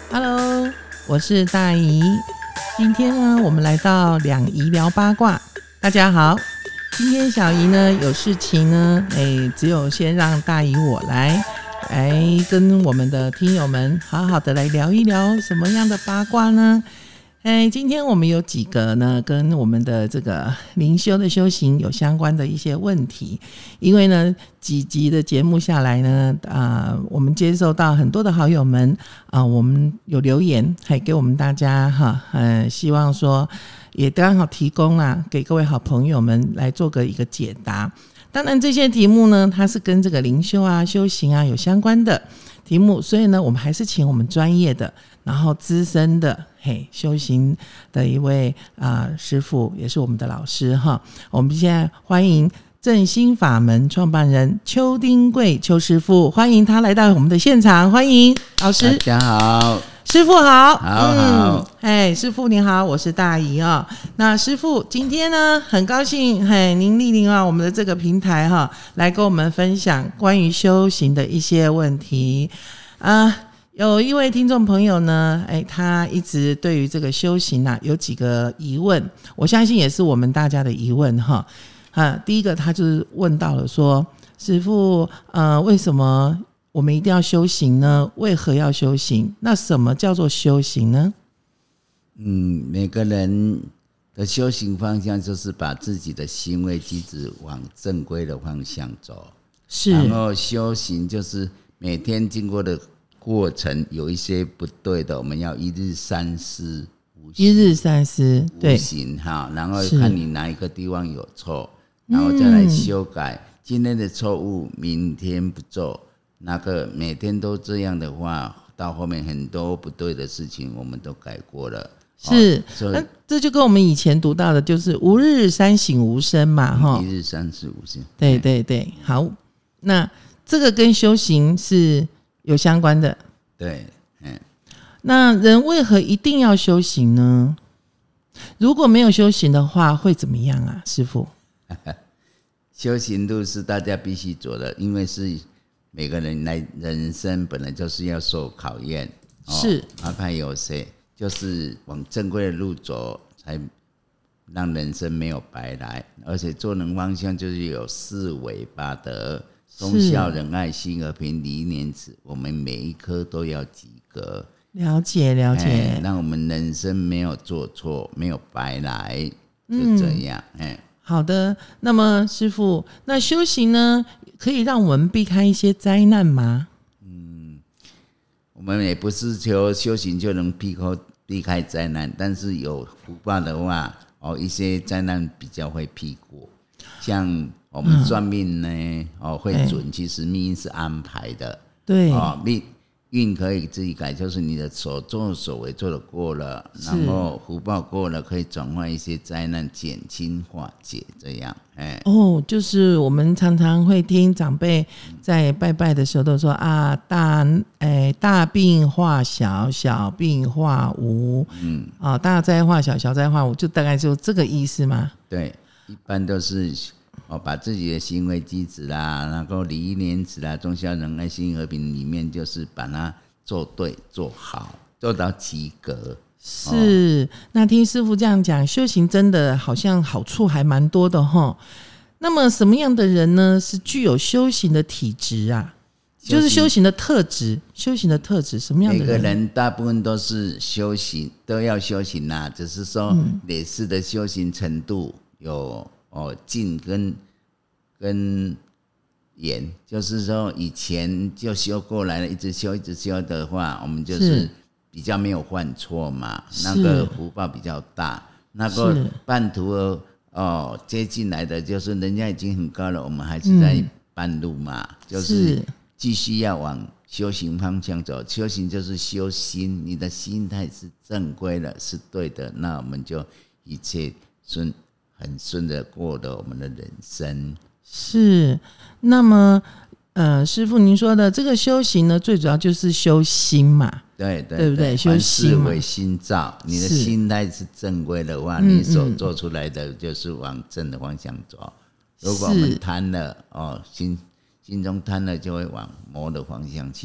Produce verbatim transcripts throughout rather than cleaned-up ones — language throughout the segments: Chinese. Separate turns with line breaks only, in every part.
Hello， 我是大姨。今天呢，我们来到两姨聊八卦。大家好，今天小姨呢有事情呢，哎，只有先让大姨我来来跟我们的听友们好好的来聊一聊什么样的八卦呢？哎，今天我们有几个呢，跟我们的这个灵修的修行有相关的一些问题。因为呢，几集的节目下来呢，啊、呃，我们接受到很多的好友们啊、呃，我们有留言，还给我们大家哈，呃，希望说也刚好提供啊，给各位好朋友们来做个一个解答。当然，这些题目呢，它是跟这个灵修啊、修行啊有相关的题目，所以呢，我们还是请我们专业的，然后资深的嘿修行的一位啊、呃、师父，也是我们的老师哈。我们现在欢迎正心法门创办人邱丁贵邱师父，欢迎他来到我们的现场，欢迎老师。
大家好，
师父好。
好好，
哎、嗯，师父您好，我是大姨啊、哦。那师父今天呢，很高兴，嘿，您莅临到我们的这个平台哈，来跟我们分享关于修行的一些问题啊、呃。有一位听众朋友呢，哎，他一直对于这个修行啊有几个疑问，我相信也是我们大家的疑问哈。啊，第一个他就是问到了说，师父，呃，为什么我们一定要修行呢？为何要修行？那什么叫做修行呢？
嗯，每个人的修行方向就是把自己的行为机制往正规的方向走，
是。
然后修行就是每天经过的过程有一些不对的，我们要一日三思，
一日三思，对，
无形哈，然后看你哪一个地方有错，然后再来修改、嗯、今天的错误，明天不做。那个每天都这样的话，到后面很多不对的事情我们都改过了。
是，哦、那这就跟我们以前读到的，就是吾日三省吾身嘛，哈、
嗯，一日三思吾身。
对对对，好，那这个跟修行是有相关的。
对，嗯，
那人为何一定要修行呢？如果没有修行的话，会怎么样啊，师父？
修行路是大家必须走的，因为是每个人来人生本来就是要受考验，
是
阿派有谁就是往正规的路走，才让人生没有白来。而且做人方向就是有四维八德，忠孝仁爱信和平礼义廉耻，我们每一科都要及格。
了解了解、
欸、让我们人生没有做错，没有白来，就这样、嗯欸、
好的，那么师父，那修行呢可以让我们避开一些灾难吗？
嗯，我们也不是求修行就能避开避开灾难，但是有福报的话、哦、一些灾难比较会避过。像我们算命呢、嗯哦、会准、欸、其实命运是安排的。
对、
哦、命运可以自己改，就是你的所作所为做得过了，然后福报过了，可以转换一些灾难，减轻化解这样。哎，
哦，就是我们常常会听长辈在拜拜的时候都说啊，大哎大病化小，小病化无，嗯，啊大灾化小，小灾化无，就大概就这个意思吗？
对，一般都是。哦、把自己的行为机制啦，然后礼义廉耻啦，忠孝仁爱信和平里面，就是把它做对做好，做到及格。
是、哦、那听师父这样讲，修行真的好像好处还蛮多的齁。那么什么样的人呢是具有修行的体质啊？就是修行的特质，修行的特质什么样的人？
每个人大部分都是修行，都要修行啦，只是说类似的修行程度有哦，近跟跟远，就是说以前就修过来了，一直修一直修的话，我们就是比较没有犯错嘛，那个福报比较大。那个半途哦接进来的，就是人家已经很高了，我们还是在半路嘛，嗯、就是继续要往修行方向走。修行就是修心，你的心态是正规的，是对的，那我们就一切顺。很顺的过了我们的人生。
是，那么呃，师父您说的这个修行呢，最主要就是修心嘛，
对对 对,
对不对？修心嘛，
凡事为心造，你的心态是正规的话，你所做出来的就是往正的方向走。如果我们贪了哦，心心中贪了，就会往魔的方向去，不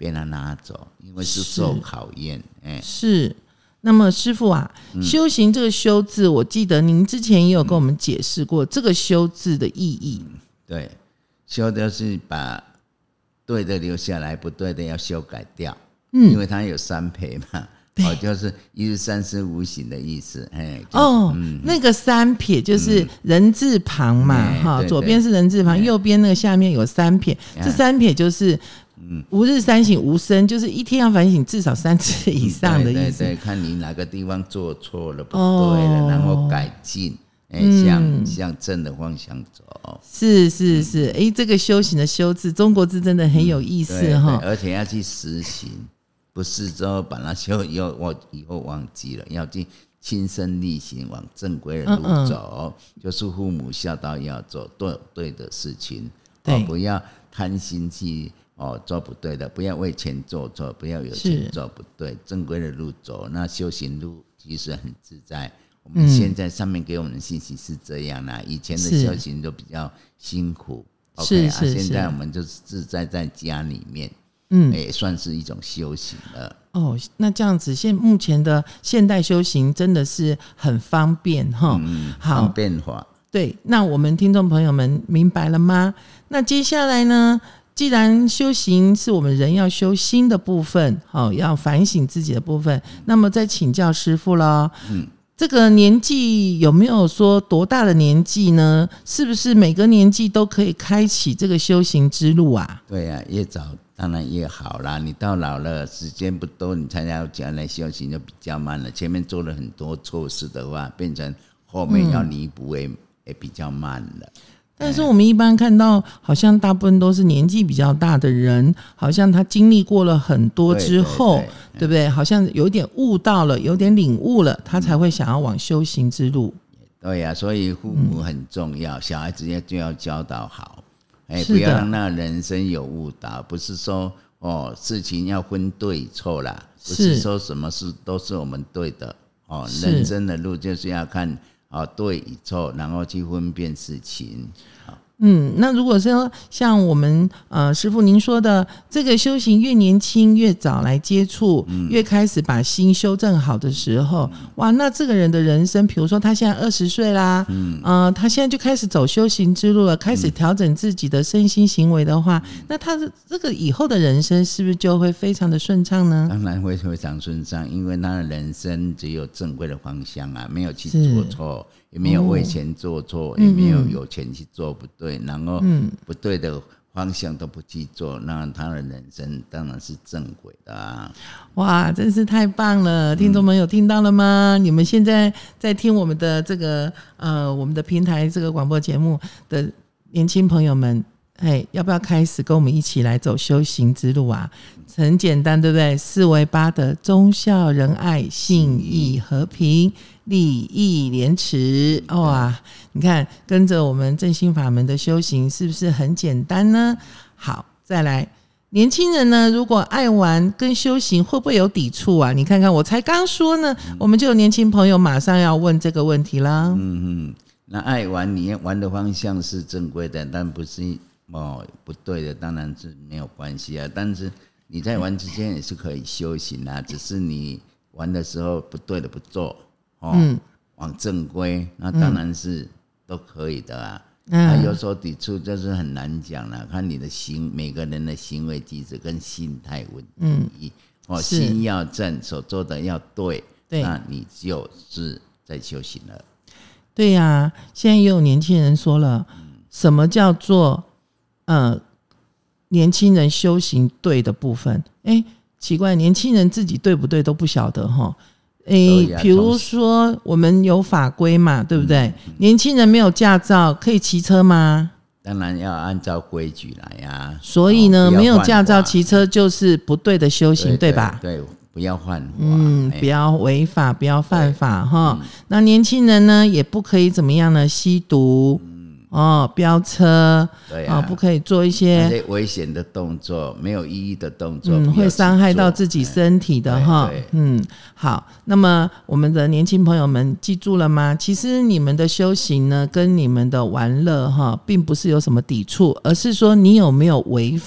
被他拿走，因为是受考验。哎，
是。那么师父啊，嗯、修行这个修字，我记得您之前也有跟我们解释过、嗯、这个修字的意义。
嗯、对，修就是把对的留下来，不对的要修改掉。嗯，因为它有三撇嘛。哦，就是一日三思无醒的意思，哎，
哦、嗯，那个三撇就是人字旁嘛，哈、嗯，左边是人字旁，右边那个下面有三撇，这三撇就是吾日三省吾身，就是一天要反省至少三次以上的意思。
对对对，看你哪个地方做错了、不对了，哦、然后改进，哎、嗯，向向正的方向走。
是是是，哎、嗯，这个修行的修字，中国字真的很有意思哈、
嗯，而且要去实行。不是之后把它修以后我以后忘记了，要去亲身力行，往正规的路走，嗯嗯，就是父母孝道要做对对的事情，哦，不要贪心去哦做不对的，不要为钱做错，不要有钱做不对，正规的路走，那修行路其实很自在。我们现在上面给我们的信息是这样啦，以前的修行都比较辛苦，
是
OK
是是，
啊，现在我们就是自在在家里面。嗯，也算是一种修行了。
哦，那这样子，现目前的现代修行真的是很方便哈。
嗯，好，方便化。
对，那我们听众朋友们明白了吗？那接下来呢，既然修行是我们人要修心的部分，哦，要反省自己的部分，那么再请教师父了。嗯。这个年纪有没有说多大的年纪呢？是不是每个年纪都可以开启这个修行之路啊？
对啊，越早当然越好啦。你到老了，时间不多，你才要讲来修行就比较慢了。前面做了很多错事的话，变成后面要弥补也也比较慢了。
但是我们一般看到，好像大部分都是年纪比较大的人，好像他经历过了很多之后， 对, 对, 对, 对不对？好像有点悟到了，有点领悟了，他才会想要往修行之路。
对呀、啊，所以父母很重要，嗯、小孩子就要教导好，哎，不要让那人生有误导。不是说哦，事情要分对与错啦，不是说什么事都是我们对的哦。人生的路就是要看。哦，对与错，然后去分辨事情。
嗯，那如果说像我们呃师父您说的，这个修行越年轻越早来接触、嗯、越开始把心修正好的时候、嗯、哇，那这个人的人生，比如说他现在二十岁啦，嗯，呃，他现在就开始走修行之路了，开始调整自己的身心行为的话、嗯、那他的这个以后的人生是不是就会非常的顺畅呢？
当然会非常顺畅，因为他的人生只有正规的方向啊，没有去做错，也没有为钱做错、哦、也没有有钱去做不对、嗯、然后不对的方向都不去做，那他的人生当然是正轨的啊！
哇，真是太棒了！听众朋友听到了吗？嗯、你们现在在听我们的这个呃我们的平台这个广播节目的年轻朋友们，哎，要不要开始跟我们一起来走修行之路啊？很简单，对不对？四维八德：忠孝仁爱信义和平礼义廉耻。哇，你看跟着我们正心法门的修行是不是很简单呢？好，再来，年轻人呢，如果爱玩跟修行会不会有抵触啊？你看看，我才刚说呢、嗯、我们就有年轻朋友马上要问这个问题啦。
嗯嗯，那爱玩你玩的方向是正规的，但不是哦不对的，当然是没有关系啊。但是你在玩之间也是可以修行啊，只是你玩的时候不对的不做哦、嗯，往正规，那当然是都可以的啊。嗯、那有所抵触就是很难讲了，看你的行每个人的行为机制跟心态问题。嗯，哦，心要正，所做的要对，对，那你就是在修行了。
对呀、啊，现在也有年轻人说了，嗯、什么叫做呃？年轻人修行对的部分，哎，奇怪，年轻人自己对不对都不晓得哈。哎，比如说我们有法规嘛，对不对？嗯嗯、年轻人没有驾照可以骑车吗？
当然要按照规矩来呀、啊。
所以呢、哦，没有驾照骑车就是不对的修行， 对, 对吧？
对，不要犯法，
嗯，不要违法，不要犯法哈、嗯。那年轻人呢，也不可以怎么样呢？吸毒。嗯哦，飙车，对啊、哦，不可以做一些
那些危险的动作，没有意义的动作，
嗯，会伤害到自己身体的哈。嗯，好，那么我们的年轻朋友们记住了吗？其实你们的修行呢，跟你们的玩乐哈，并不是有什么抵触，而是说你有没有违法。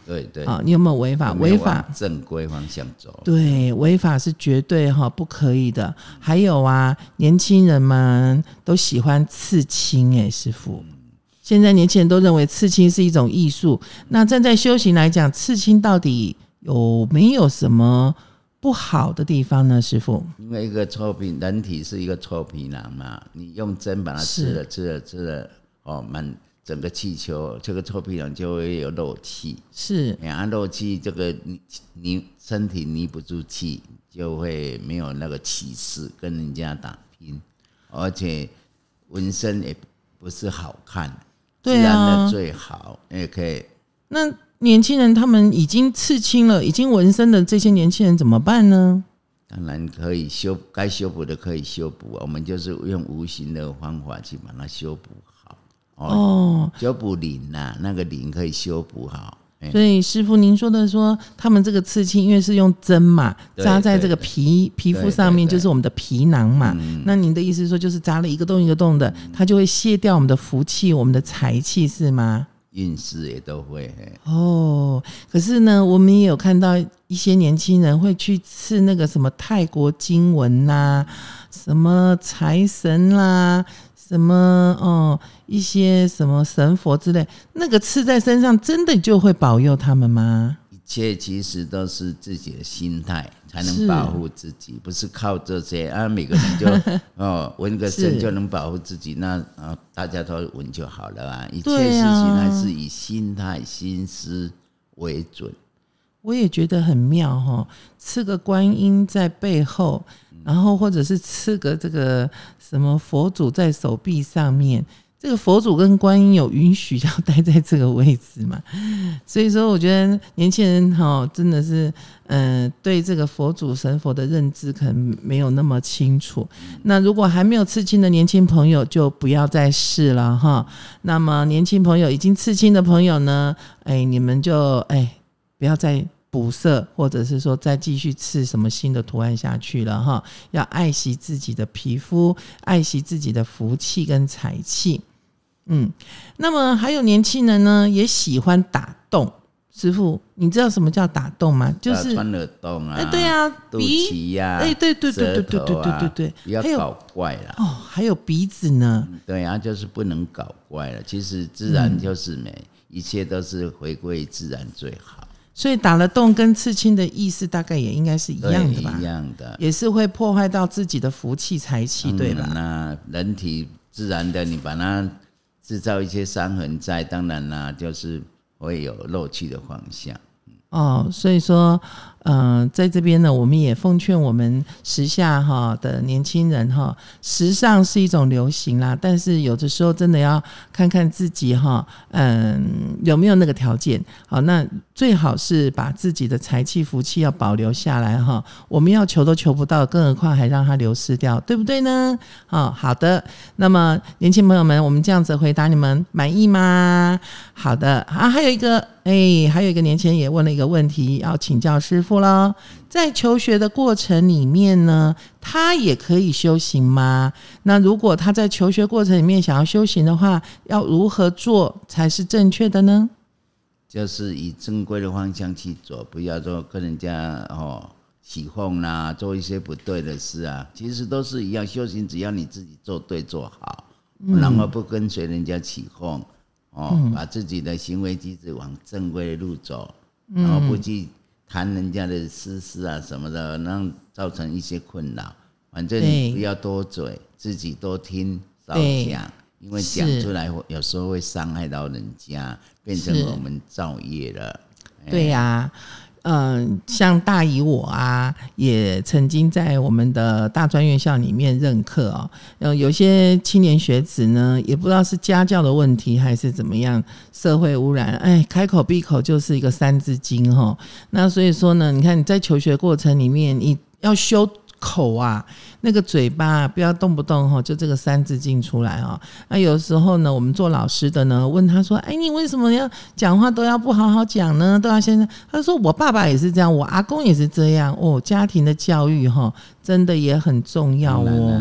对对，
啊，你有没有违法？违法
正规方向走，
对，违法是绝对哈不可以的。还有啊，年轻人们都喜欢刺青，哎，师父。现在年轻人都认为刺青是一种艺术，那站在修行来讲，刺青到底有没有什么不好的地方呢？师父，
因为一个臭皮，人体是一个臭皮囊嘛，你用针把它刺了刺了刺了，哦，满整个气球，这个臭皮囊就会有漏气，
是，
啊，漏气这个你你身体捏不住气，就会没有那个气势跟人家打拼，而且纹身也不是好看。
对啊，
自然的最好，也可以。
那年轻人他们已经刺青了，已经纹身的这些年轻人怎么办呢？
当然可以修，该修补的可以修补，我们就是用无形的方法去把它修补好。哦，哦修补灵啊，那个灵可以修补好。
所以师父您说的说他们这个刺青因为是用针嘛，扎在这个皮皮肤上面，就是我们的皮囊嘛，那您的意思是说就是扎了一个洞一个洞的，它就会卸掉我们的福气我们的财气是吗？
运势也都会
哦。可是呢我们也有看到一些年轻人会去刺那个什么泰国经文啦、什么财神啦、什么哦一些什么神佛之类，那个刺在身上真的就会保佑他们吗？
一切其实都是自己的心态才能保护自己，不是靠这些啊。每个人就哦纹个身就能保护自己，那啊大家都纹就好了啊。一切事情还是以心态、心思为准。
我也觉得很妙哦，刺个观音在背后，然后或者是刺个这个什么佛祖在手臂上面。这个佛祖跟观音有允许要待在这个位置嘛？所以说我觉得年轻人齁真的是呃对这个佛祖神佛的认知可能没有那么清楚。那如果还没有刺青的年轻朋友就不要再试了哈。那么年轻朋友已经刺青的朋友呢，哎你们就哎不要再补色，或者是说再继续刺什么新的图案下去了哈。要爱惜自己的皮肤，爱惜自己的福气跟财气。嗯，那么还有年轻人呢，也喜欢打洞。师父，你知道什么叫打洞吗？就是
穿耳洞啊，
哎，对啊，
肚脐呀，
哎，对对对对对对对对对，
不要搞怪啦。
哦，还有鼻子呢。
对啊，就是不能搞怪了。其实自然就是美，嗯、一切都是回归自然最好。
所以打了洞跟刺青的意思大概也应该是一样的吧？
一样的，
也是会破坏到自己的福气财气，对吧？
那人体自然的，你把它制造一些伤痕在，当然啦，就是会有漏气的方向。
哦，所以说呃，在这边呢我们也奉劝我们时下哈的年轻人哈，时尚是一种流行啦，但是有的时候真的要看看自己哈，嗯，有没有那个条件。好，那最好是把自己的财气福气要保留下来哈，我们要求都求不到，更何况还让它流失掉，对不对呢？哦，好的，那么年轻朋友们，我们这样子回答你们满意吗？好的啊，还有一个哎，还有一个年轻人也问了一个问题，要请教师父了。在求学的过程里面呢，他也可以修行吗？那如果他在求学过程里面想要修行的话，要如何做才是正确的呢？
就是以正规的方向去做，不要说跟人家哦起哄啦，做一些不对的事啊。其实都是一样，修行只要你自己做对做好，嗯、然后不跟随人家起哄。哦，把自己的行为机制往正规的路走，然后不去谈人家的私事啊什么的，让造成一些困扰。反正不要多嘴，自己多听少讲，因为讲出来有时候会伤害到人家，变成我们造业了。
对呀、啊。嗯，像大姨我啊，也曾经在我们的大专院校里面任课哦。呃，有些青年学子呢，也不知道是家教的问题还是怎么样，社会污染，哎，开口闭口就是一个三字经哈、哦。那所以说呢，你看你在求学过程里面，你要修口啊，那个嘴巴不要动不动就这个三字经出来哦。那有时候呢，我们做老师的呢，问他说：“哎，你为什么要讲话都要不好好讲呢？都要先……”他说：“我爸爸也是这样，我阿公也是这样哦。”家庭的教育哈，真的也很重要哦。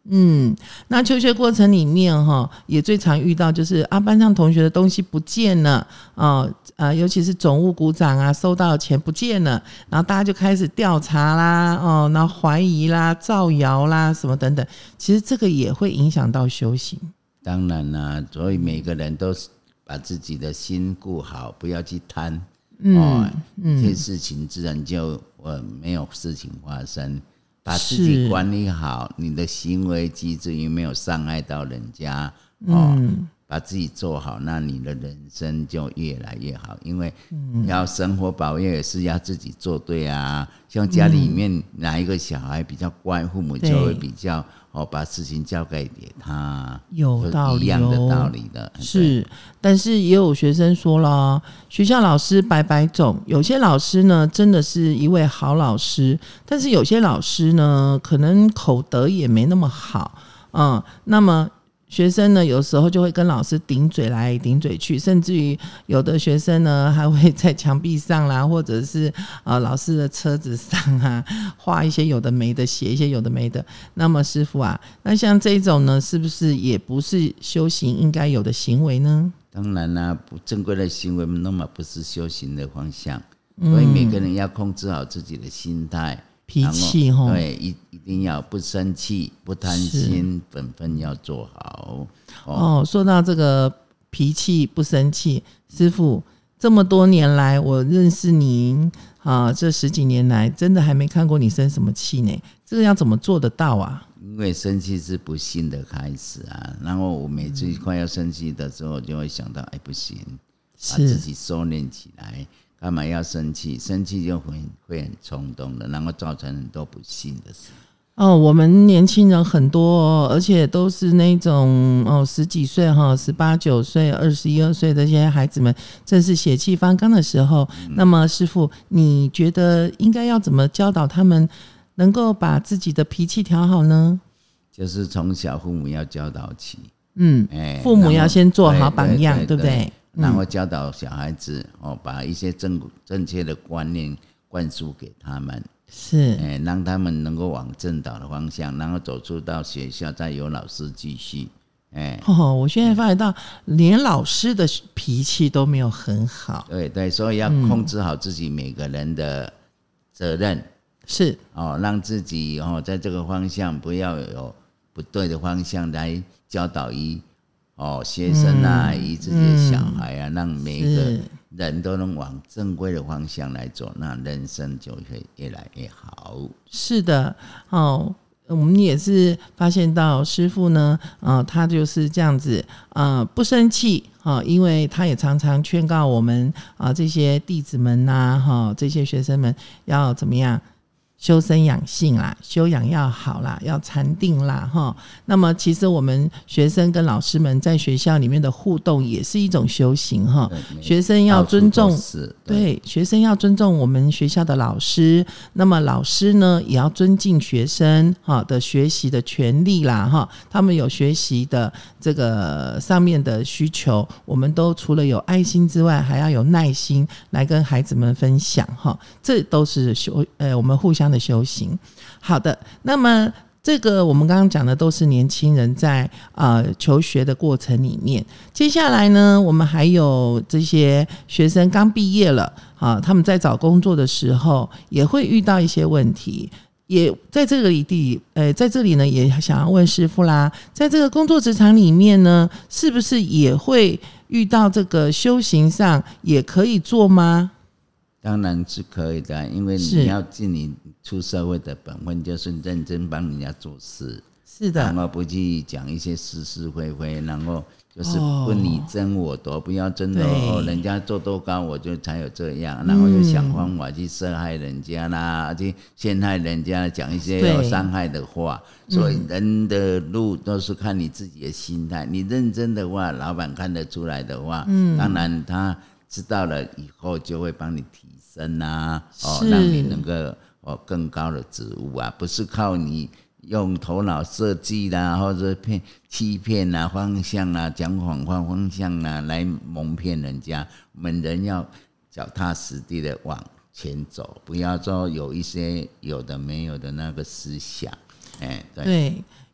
嗯，那求学过程里面哈，也最常遇到就是啊，班上同学的东西不见了哦，呃，尤其是总务股长啊，收到的钱不见了，然后大家就开始调查啦，哦，然后怀疑啦、造谣啦什么等等，其实这个也会影响到修行。
当然啦、啊，所以每个人都把自己的心顾好，不要去贪，嗯、哦，嗯，这些事情自然就呃没有事情发生。把自己管理好，你的行为机制有没有伤害到人家？哦，嗯、把自己做好，那你的人生就越来越好。因为要生活保佑也是要自己做对啊。像家里面哪一个小孩比较乖，父母就会比较哦把事情交给给他，
有道理、哦，
一样的道理的。
是，但是也有学生说了，学校老师百百种，有些老师呢真的是一位好老师，但是有些老师呢可能口德也没那么好，嗯，那么学生呢有时候就会跟老师顶嘴来顶嘴去，甚至于有的学生呢还会在墙壁上啦，或者是呃老师的车子上啊画一些有的没的，写一些有的没的。那么师父啊，那像这种呢是不是也不是修行应该有的行为呢？
当然啦、啊，不正规的行为那么不是修行的方向，所以每个人要控制好自己的心态、嗯、
脾气，
对，一一定要不生气、不贪心，本分要做好。
哦，哦说到这个脾气不生气，师父这么多年来，我认识您啊，这十几年来，真的还没看过你生什么气呢？这个要怎么做得到啊？
因为生气是不幸的开始啊，然后我每次快要生气的时候，就会想到，哎，不行，把自己收敛起来，干嘛要生气？生气就会会很冲动的，然后造成很多不幸的事。
哦，我们年轻人很多、哦，而且都是那种哦十几岁哈，十八九岁、二十一二岁的这些孩子们，正是血气方刚的时候。嗯、那么，师父，你觉得应该要怎么教导他们，能够把自己的脾气调好呢？
就是从小父母要教导起，
嗯，欸、父母要先做好榜样， 对, 对, 对, 对不对？
然后教导小孩子哦，把一些正正确的观念灌输给他们。
是、
欸，让他们能够往正导的方向，然后走出到学校，再由老师继续。欸
哦、我现在发觉到，连老师的脾气都没有很好。
对对，所以要控制好自己每个人的责任，嗯、
是
哦，让自己哦在这个方向不要有不对的方向来教导一哦学生啊，以、嗯、自己的小孩啊，嗯、让每一个人都能往正规的方向来走，那人生就会越来越好。
是的，哦，我们也是发现到师父呢，呃，他就是这样子，呃，不生气，哦，因为他也常常劝告我们啊、呃，这些弟子们呐、啊，哈、哦，这些学生们要怎么样？修身养性啦，修养要好啦，要禅定啦齁。那么其实我们学生跟老师们在学校里面的互动也是一种修行齁。学生要尊重， 对, 对，学生要尊重我们学校的老师，那么老师呢也要尊敬学生的学习的权利啦齁。他们有学习的这个上面的需求，我们都除了有爱心之外，还要有耐心来跟孩子们分享齁。这都是修呃我们互相的修行。好的，那么这个我们刚刚讲的都是年轻人在呃求学的过程里面。接下来呢，我们还有这些学生刚毕业了啊，他们在找工作的时候也会遇到一些问题。也在这个里呃，在这里呢，也想要问师父啦，在这个工作职场里面呢，是不是也会遇到这个修行上也可以做吗？
当然是可以的，因为你要尽你出社会的本分，就是认真帮人家做事。
是的，
然后不去讲一些是是非非，然后就是不你争我夺，不要争的哦，人家做多高我就才有这样，然后又想方法去伤害人家啦，去陷害人家，讲一些有伤害的话。所以人的路都是看你自己的心态，你认真的话，老板看得出来的话，嗯，当然他知道了以后就会帮你提升啊，哦，让你能够哦更高的职务啊，不是靠你用头脑设计啦，或者骗欺骗啊方向啊，讲谎话方向啊来蒙骗人家。我们人要脚踏实地的往前走，不要说有一些有的没有的那个思想。哎，对。
对，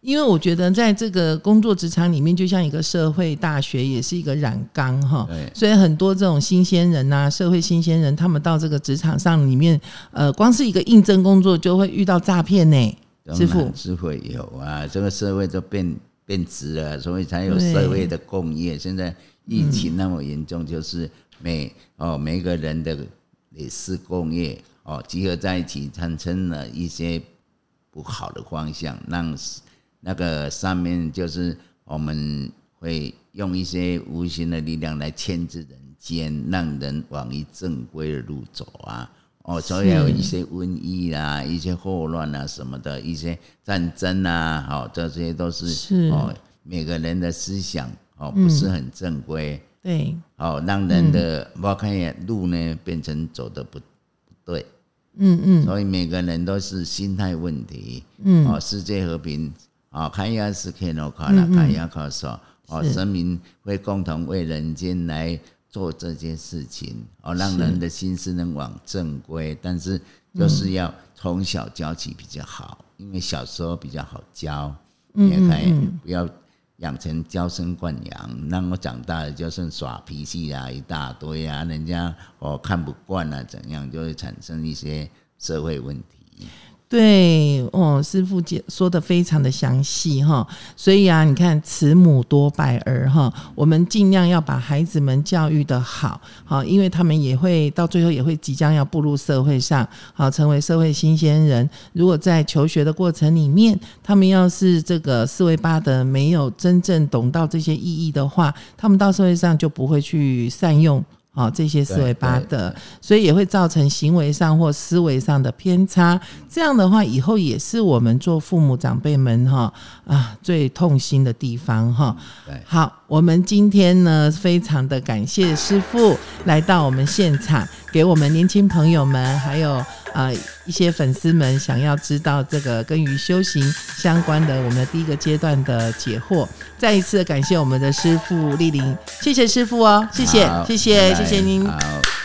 因为我觉得在这个工作职场里面，就像一个社会大学，也是一个染缸哈。所以很多这种新鲜人啊，社会新鲜人，他们到这个职场上里面，呃，光是一个应征工作就会遇到诈骗呢。师傅
是会有啊，这个社会都变变质了，所以才有社会的共业。现在疫情那么严重，就是每哦每个人的也是共业哦集合在一起，产生了一些不好的方向，让那个上面就是我们会用一些无形的力量来牵制人间，让人往一正规的路走啊。哦，所以有一些瘟疫啦，一些霍乱啊什么的，一些战争啊，哦，这些都是, 是哦，每个人的思想哦不是很正规、嗯，对，哦，让人的我看一眼路呢变成走的不不对，嗯嗯，所以每个人都是心态问题，嗯，哦，世界和平，哦，看亚斯克诺卡拉，看亚卡索，哦，神明会共同为人间来做这件事情，哦，让人的心思能往正规，但是就是要从小教起比较好，因为小时候比较好教，你也可以不要养成娇生惯养，让我长大了就是耍脾气啊一大堆啊，人家哦看不惯啊怎样，就会产生一些社会问题。
对哦，师父说的非常的详细哈，所以啊，你看慈母多败儿哈，我们尽量要把孩子们教育的好，好，因为他们也会到最后也会即将要步入社会上，好，成为社会新鲜人。如果在求学的过程里面，他们要是这个四维八德没有真正懂到这些意义的话，他们到社会上就不会去善用。哦，这些四维八德，所以也会造成行为上或思维上的偏差。这样的话，以后也是我们做父母长辈们哈啊最痛心的地方哈。好，我们今天呢，非常的感谢师父来到我们现场，给我们年轻朋友们还有呃一些粉丝们想要知道这个跟于修行相关的我们的第一个阶段的解惑。再一次感谢我们的师父莅临，谢谢师父哦，谢谢，谢谢，谢谢您。好。